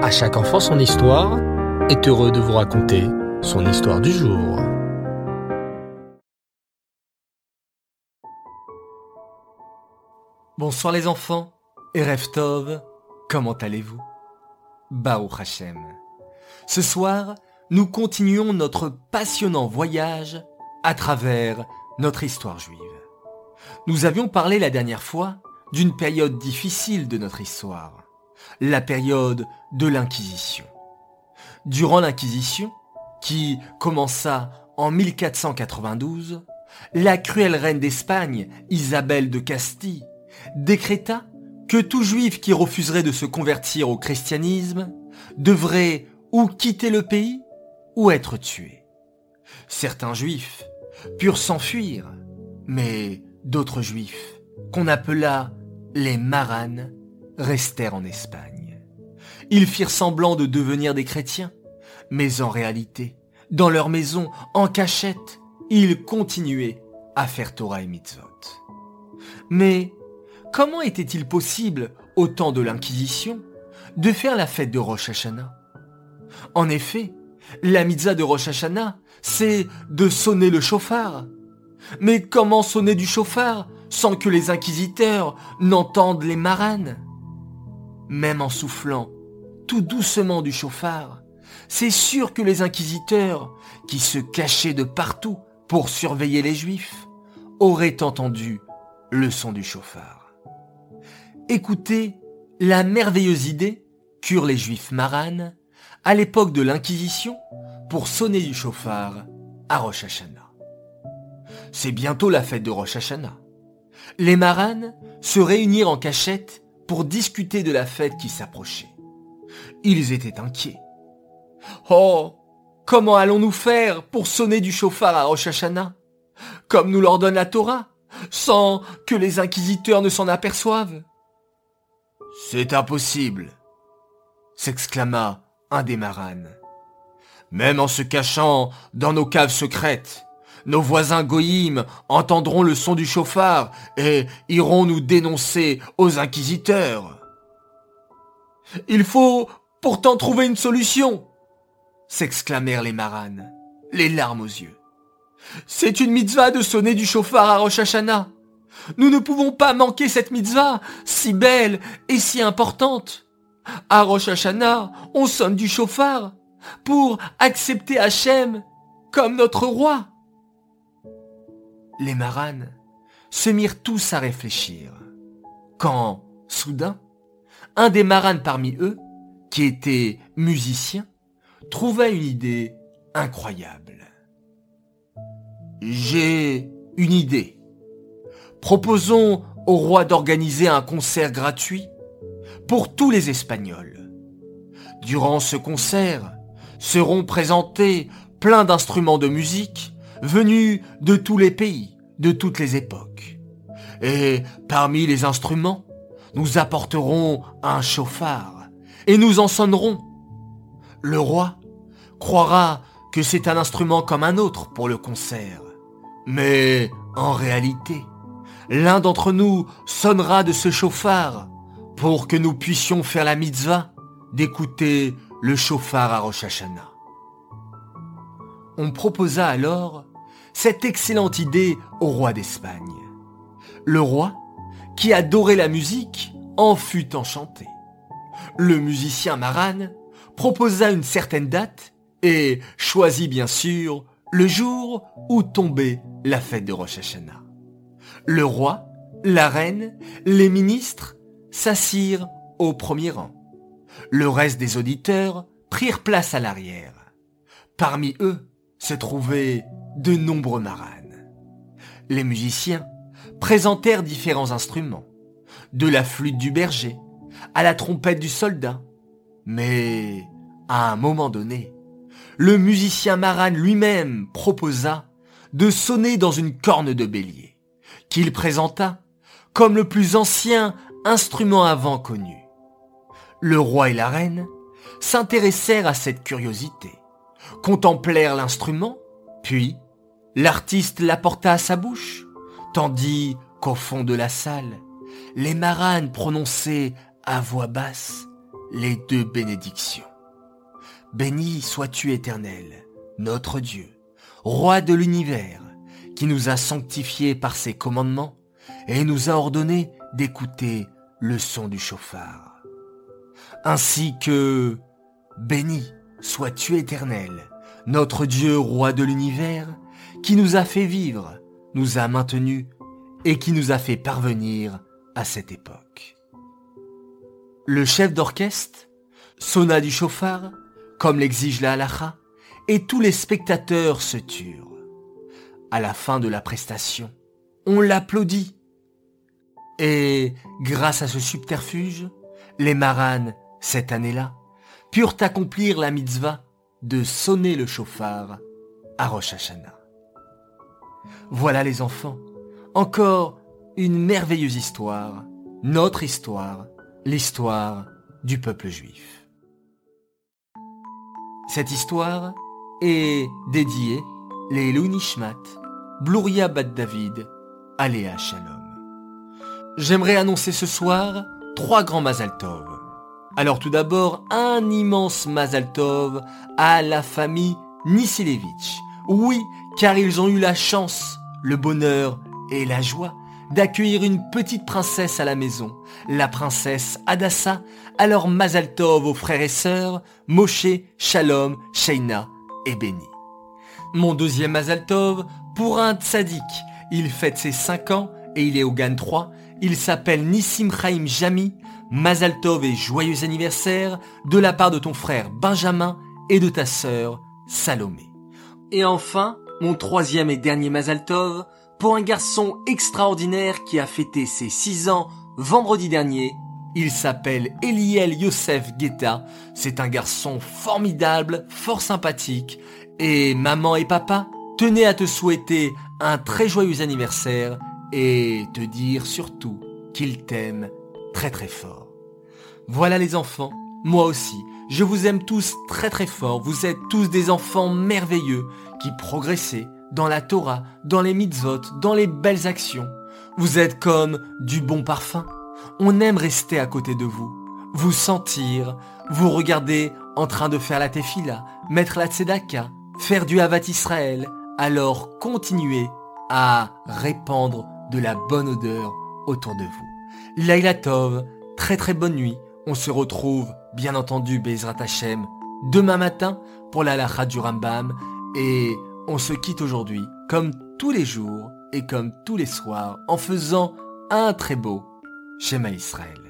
À chaque enfant son histoire est heureux de vous raconter son histoire du jour. Bonsoir les enfants, Erev Tov, comment allez-vous? Baruch Hashem. Ce soir, nous continuons notre passionnant voyage à travers notre histoire juive. Nous avions parlé la dernière fois d'une période difficile de notre histoire, la période de l'Inquisition. Durant l'Inquisition, qui commença en 1492, la cruelle reine d'Espagne, Isabelle de Castille, décréta que tout juif qui refuserait de se convertir au christianisme devrait ou quitter le pays ou être tué. Certains juifs purent s'enfuir, mais d'autres juifs, qu'on appela les maranes, restèrent en Espagne. Ils firent semblant de devenir des chrétiens, mais en réalité, dans leur maison, en cachette, ils continuaient à faire Torah et Mitzvot. Mais comment était-il possible, au temps de l'Inquisition, de faire la fête de Rosh Hashanah? En effet, la mitzvah de Rosh Hashanah, c'est de sonner le chauffard. Mais comment sonner du chauffard sans que les inquisiteurs n'entendent les maranes? Même en soufflant tout doucement du chauffard, c'est sûr que les inquisiteurs, qui se cachaient de partout pour surveiller les juifs, auraient entendu le son du chauffard. Écoutez la merveilleuse idée qu'eurent les juifs maranes à l'époque de l'Inquisition pour sonner du chauffard à Rosh Hashanah. C'est bientôt la fête de Rosh Hashanah. Les maranes se réunirent en cachette pour discuter de la fête qui s'approchait. Ils étaient inquiets. « Oh, comment allons-nous faire pour sonner du chauffard à Rosh Hashanah, comme nous l'ordonne la Torah, sans que les inquisiteurs ne s'en aperçoivent ?»« C'est impossible !» s'exclama un des maranes. « Même en se cachant dans nos caves secrètes, nos voisins goïmes entendront le son du chauffard et iront nous dénoncer aux inquisiteurs. »« Il faut pourtant trouver une solution !» s'exclamèrent les maranes, les larmes aux yeux. « C'est une mitzvah de sonner du chauffard à Rosh Hashanah. Nous ne pouvons pas manquer cette mitzvah, si belle et si importante. À Rosh Hashanah, on sonne du chauffard pour accepter Hachem comme notre roi. » Les maranes se mirent tous à réfléchir, quand, soudain, un des maranes parmi eux, qui était musicien, trouva une idée incroyable. « J'ai une idée. Proposons au roi d'organiser un concert gratuit pour tous les Espagnols. Durant ce concert seront présentés plein d'instruments de musique venus de tous les pays, de toutes les époques. Et parmi les instruments, nous apporterons un chauffard et nous en sonnerons. Le roi croira que c'est un instrument comme un autre pour le concert. Mais en réalité, l'un d'entre nous sonnera de ce chauffard pour que nous puissions faire la mitzvah d'écouter le chauffard à Rosh Hashanah. » On proposa alors cette excellente idée au roi d'Espagne. Le roi, qui adorait la musique, en fut enchanté. Le musicien marane proposa une certaine date et choisit bien sûr le jour où tombait la fête de Rosh Hashanah. Le roi, la reine, les ministres s'assirent au premier rang. Le reste des auditeurs prirent place à l'arrière. Parmi eux se trouvaient de nombreux maranes. Les musiciens présentèrent différents instruments, de la flûte du berger à la trompette du soldat. Mais, à un moment donné, le musicien marane lui-même proposa de sonner dans une corne de bélier, qu'il présenta comme le plus ancien instrument à vent connu. Le roi et la reine s'intéressèrent à cette curiosité, contemplèrent l'instrument, puis l'artiste l'apporta à sa bouche, tandis qu'au fond de la salle, les maranes prononçaient à voix basse les 2 bénédictions. Béni sois-tu, Éternel, notre Dieu, Roi de l'univers, qui nous a sanctifiés par ses commandements et nous a ordonné d'écouter le son du chauffard. Ainsi que, béni sois-tu, Éternel, notre Dieu, Roi de l'univers, qui nous a fait vivre, nous a maintenus et qui nous a fait parvenir à cette époque. Le chef d'orchestre sonna du chauffard, comme l'exige la halakha, et tous les spectateurs se turent. À la fin de la prestation, on l'applaudit. Et grâce à ce subterfuge, les maranes, cette année-là, purent accomplir la mitzvah de sonner le chauffard à Rosh Hashanah. Voilà les enfants, encore une merveilleuse histoire, notre histoire, l'histoire du peuple juif. Cette histoire est dédiée Leilou Nishmat, Bluria Bat David, Aléa Shalom. J'aimerais annoncer ce soir 3 grands Mazal Tov. Alors tout d'abord, un immense Mazal Tov à la famille Nisilevitch. Oui, car ils ont eu la chance, le bonheur et la joie d'accueillir une petite princesse à la maison, la princesse Hadassah. Alors Mazal Tov aux frères et sœurs, Moshe, Shalom, Sheina et Béni. Mon deuxième Mazal Tov pour un tzaddik. Il fête ses 5 ans et il est au Gan 3. Il s'appelle Nissim Chaim Jami. Mazal Tov et joyeux anniversaire de la part de ton frère Benjamin et de ta sœur Salomé. Et enfin, mon troisième et dernier Mazal Tov pour un garçon extraordinaire qui a fêté ses 6 ans vendredi dernier. Il s'appelle Eliel Yosef Guetta. C'est un garçon formidable, fort sympathique. Et maman et papa tenaient à te souhaiter un très joyeux anniversaire et te dire surtout qu'ils t'aiment très très fort. Voilà les enfants, moi aussi, je vous aime tous très très fort. Vous êtes tous des enfants merveilleux qui progressez dans la Torah, dans les mitzvot, dans les belles actions. Vous êtes comme du bon parfum. On aime rester à côté de vous, vous sentir, vous regarder en train de faire la tefila, mettre la tzedaka, faire du Havat Israël. Alors continuez à répandre de la bonne odeur autour de vous. Laila Tov, très très bonne nuit. On se retrouve, bien entendu, Be'ezrat Hashem, demain matin pour la halakha du Rambam. Et on se quitte aujourd'hui, comme tous les jours et comme tous les soirs, en faisant un très beau Shema Israël.